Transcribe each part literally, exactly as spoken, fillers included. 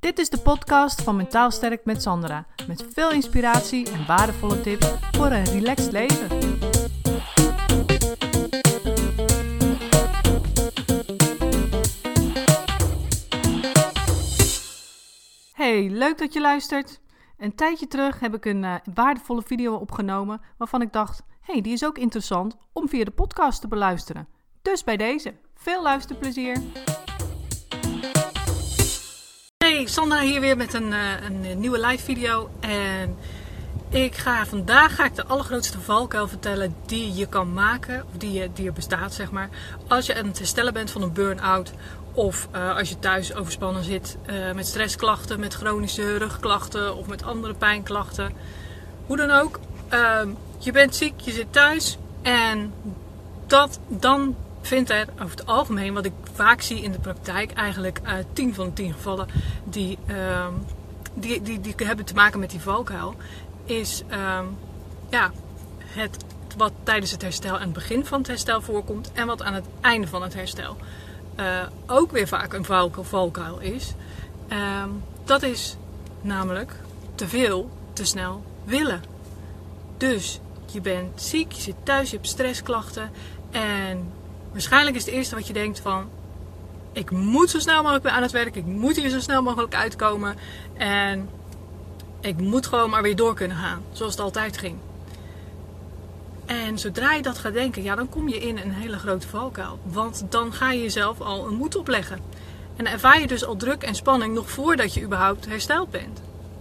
Dit is de podcast van Mentaal Sterk met Sandra. Met veel inspiratie en waardevolle tips voor een relaxed leven. Hey, leuk dat je luistert. Een tijdje terug heb ik een uh, waardevolle video opgenomen waarvan ik dacht, hey, die is ook interessant om via de podcast te beluisteren. Dus bij deze, veel luisterplezier. Hey, Sandra hier weer met een, uh, een nieuwe live video. En ik ga vandaag ga ik de allergrootste valkuil vertellen die je kan maken, of die, die er bestaat, zeg maar, als je aan het herstellen bent van een burn-out. Of uh, als je thuis overspannen zit uh, met stressklachten, met chronische rugklachten of met andere pijnklachten. Hoe dan ook, uh, je bent ziek, je zit thuis en dat, dan vindt er over het algemeen, wat ik vaak zie in de praktijk, eigenlijk uh, tien van de tien gevallen die, uh, die, die, die hebben te maken met die valkuil, is uh, ja, het wat tijdens het herstel en het begin van het herstel voorkomt en wat aan het einde van het herstel Uh, ook weer vaak een valkuil is. Uh, dat is namelijk te veel, te snel willen. Dus je bent ziek, je zit thuis, je hebt stressklachten. En waarschijnlijk is het eerste wat je denkt van, ik moet zo snel mogelijk weer aan het werk. Ik moet hier zo snel mogelijk uitkomen. En ik moet gewoon maar weer door kunnen gaan. Zoals het altijd ging. En zodra je dat gaat denken, ja, dan kom je in een hele grote valkuil. Want dan ga je jezelf al een moed opleggen. En dan ervaar je dus al druk en spanning nog voordat je überhaupt hersteld bent.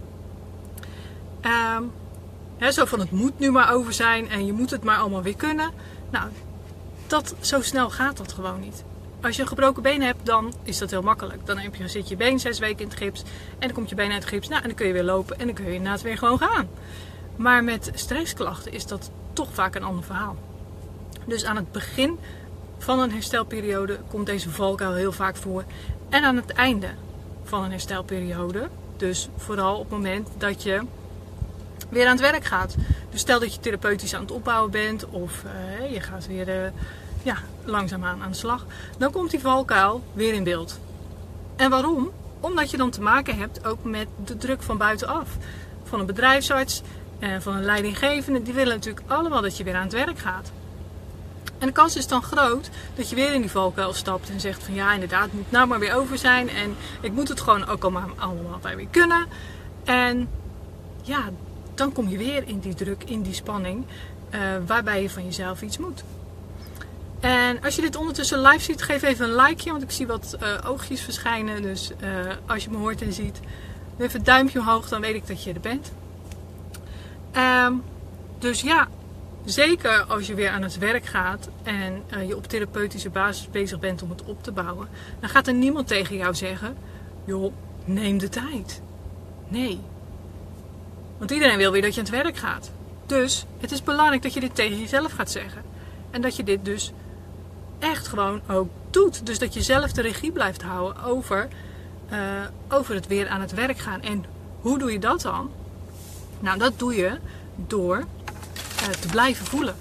Um, hè, zo van het moet nu maar over zijn en je moet het maar allemaal weer kunnen. Nou, dat, zo snel gaat dat gewoon niet. Als je een gebroken been hebt, dan is dat heel makkelijk. Dan heb je, zit je been zes weken in het gips en dan komt je been uit het gips. Nou, en dan kun je weer lopen en dan kun je inderdaad weer gewoon gaan. Maar met stressklachten is dat toch vaak een ander verhaal. Dus aan het begin van een herstelperiode komt deze valkuil heel vaak voor. En aan het einde van een herstelperiode, dus vooral op het moment dat je weer aan het werk gaat. Dus stel dat je therapeutisch aan het opbouwen bent of uh, je gaat weer uh, ja, langzaamaan aan de slag. Dan komt die valkuil weer in beeld. En waarom? Omdat je dan te maken hebt ook met de druk van buitenaf. Van een bedrijfsarts en van een leidinggevende, die willen natuurlijk allemaal dat je weer aan het werk gaat. En de kans is dan groot dat je weer in die valkuil stapt en zegt van ja, inderdaad, het moet nou maar weer over zijn en ik moet het gewoon ook allemaal, allemaal weer kunnen. En ja, dan kom je weer in die druk, in die spanning, uh, waarbij je van jezelf iets moet. En als je dit ondertussen live ziet, geef even een likeje, want ik zie wat uh, oogjes verschijnen. Dus uh, als je me hoort en ziet, even een duimpje omhoog, dan weet ik dat je er bent. Um, dus ja, zeker als je weer aan het werk gaat en uh, je op therapeutische basis bezig bent om het op te bouwen, dan gaat er niemand tegen jou zeggen, joh, neem de tijd. Nee. Want iedereen wil weer dat je aan het werk gaat. Dus het is belangrijk dat je dit tegen jezelf gaat zeggen. En dat je dit dus echt gewoon ook doet. Dus dat je zelf de regie blijft houden over, uh, over het weer aan het werk gaan. En hoe doe je dat dan? Nou, dat doe je door uh, te blijven voelen.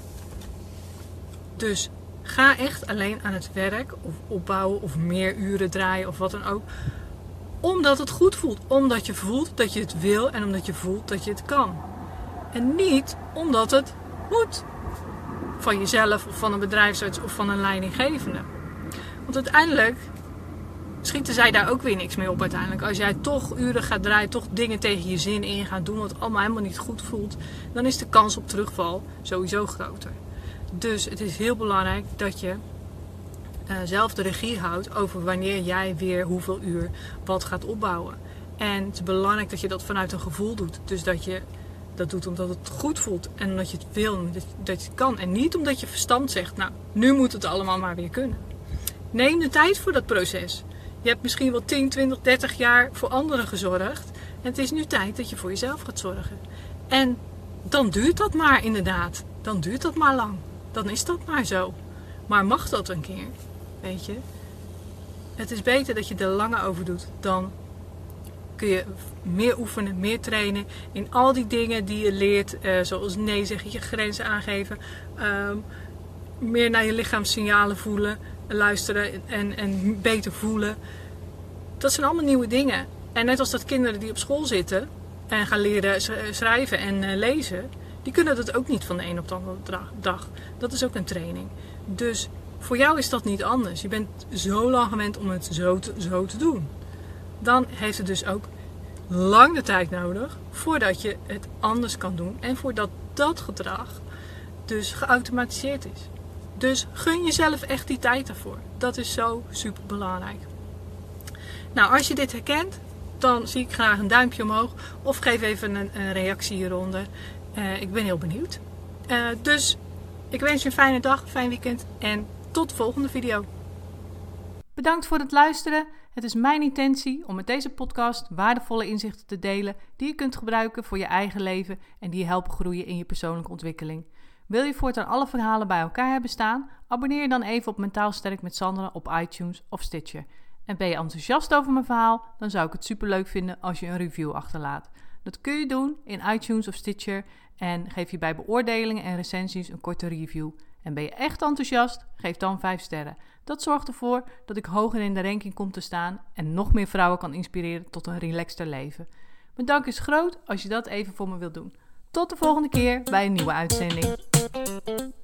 Dus ga echt alleen aan het werk of opbouwen of meer uren draaien of wat dan ook. Omdat het goed voelt. Omdat je voelt dat je het wil en omdat je voelt dat je het kan. En niet omdat het moet. Van jezelf of van een bedrijfsarts of van een leidinggevende. Want uiteindelijk schieten zij daar ook weer niks mee op uiteindelijk. Als jij toch uren gaat draaien, toch dingen tegen je zin in gaat doen, wat allemaal helemaal niet goed voelt, dan is de kans op terugval sowieso groter. Dus het is heel belangrijk dat je uh, zelf de regie houdt over wanneer jij weer hoeveel uur wat gaat opbouwen. En het is belangrijk dat je dat vanuit een gevoel doet. Dus dat je dat doet omdat het goed voelt en omdat je het wil en dat je het kan. En niet omdat je verstand zegt, nou, nu moet het allemaal maar weer kunnen. Neem de tijd voor dat proces. Je hebt misschien wel tien, twintig, dertig jaar voor anderen gezorgd. En het is nu tijd dat je voor jezelf gaat zorgen. En dan duurt dat maar inderdaad. Dan duurt dat maar lang. Dan is dat maar zo. Maar mag dat een keer? Weet je? Het is beter dat je er langer over doet. Dan kun je meer oefenen, meer trainen. In al die dingen die je leert. Uh, zoals nee zeggen, je grenzen aangeven. Um, meer naar je lichaamssignalen voelen. Luisteren en, en beter voelen. Dat zijn allemaal nieuwe dingen. En net als dat kinderen die op school zitten en gaan leren schrijven en uh, lezen, die kunnen dat ook niet van de een op de andere dag. Dat is ook een training. Dus voor jou is dat niet anders. Je bent zo lang gewend om het zo te, zo te doen. Dan heeft het dus ook lang de tijd nodig voordat je het anders kan doen. En voordat dat gedrag dus geautomatiseerd is. Dus gun jezelf echt die tijd daarvoor. Dat is zo super belangrijk. Nou, als je dit herkent, dan zie ik graag een duimpje omhoog. Of geef even een, een reactie hieronder. Uh, ik ben heel benieuwd. Uh, dus ik wens je een fijne dag, een fijn weekend en tot de volgende video. Bedankt voor het luisteren. Het is mijn intentie om met deze podcast waardevolle inzichten te delen die je kunt gebruiken voor je eigen leven en die je helpen groeien in je persoonlijke ontwikkeling. Wil je voortaan alle verhalen bij elkaar hebben staan? Abonneer je dan even op Mentaal Sterk met Sandra op iTunes of Stitcher. En ben je enthousiast over mijn verhaal? Dan zou ik het superleuk vinden als je een review achterlaat. Dat kun je doen in iTunes of Stitcher en geef je bij beoordelingen en recensies een korte review. En ben je echt enthousiast? Geef dan vijf sterren. Dat zorgt ervoor dat ik hoger in de ranking kom te staan en nog meer vrouwen kan inspireren tot een relaxter leven. Mijn dank is groot als je dat even voor me wilt doen. Tot de volgende keer bij een nieuwe uitzending.